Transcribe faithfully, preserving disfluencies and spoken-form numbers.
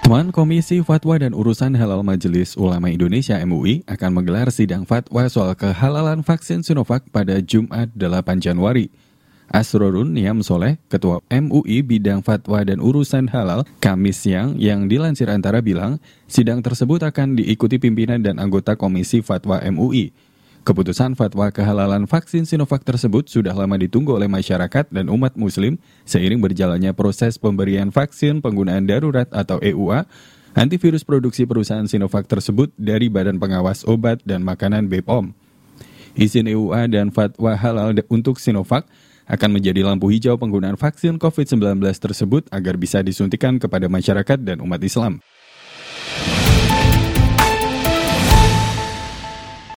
Teman Komisi Fatwa dan Urusan Halal Majelis Ulama Indonesia M U I akan menggelar sidang fatwa soal kehalalan vaksin Sinovac pada Jumat delapan Januari. Asrorun Niam Soleh, Ketua M U I Bidang Fatwa dan Urusan Halal, Kamis siang yang dilansir Antara bilang, sidang tersebut akan diikuti pimpinan dan anggota Komisi Fatwa M U I. Keputusan fatwa kehalalan vaksin Sinovac tersebut sudah lama ditunggu oleh masyarakat dan umat muslim seiring berjalannya proses pemberian vaksin penggunaan darurat atau E U A antivirus produksi perusahaan Sinovac tersebut dari Badan Pengawas Obat dan Makanan B P O M. Izin E U A dan fatwa halal untuk Sinovac akan menjadi lampu hijau penggunaan vaksin covid sembilan belas tersebut agar bisa disuntikan kepada masyarakat dan umat Islam.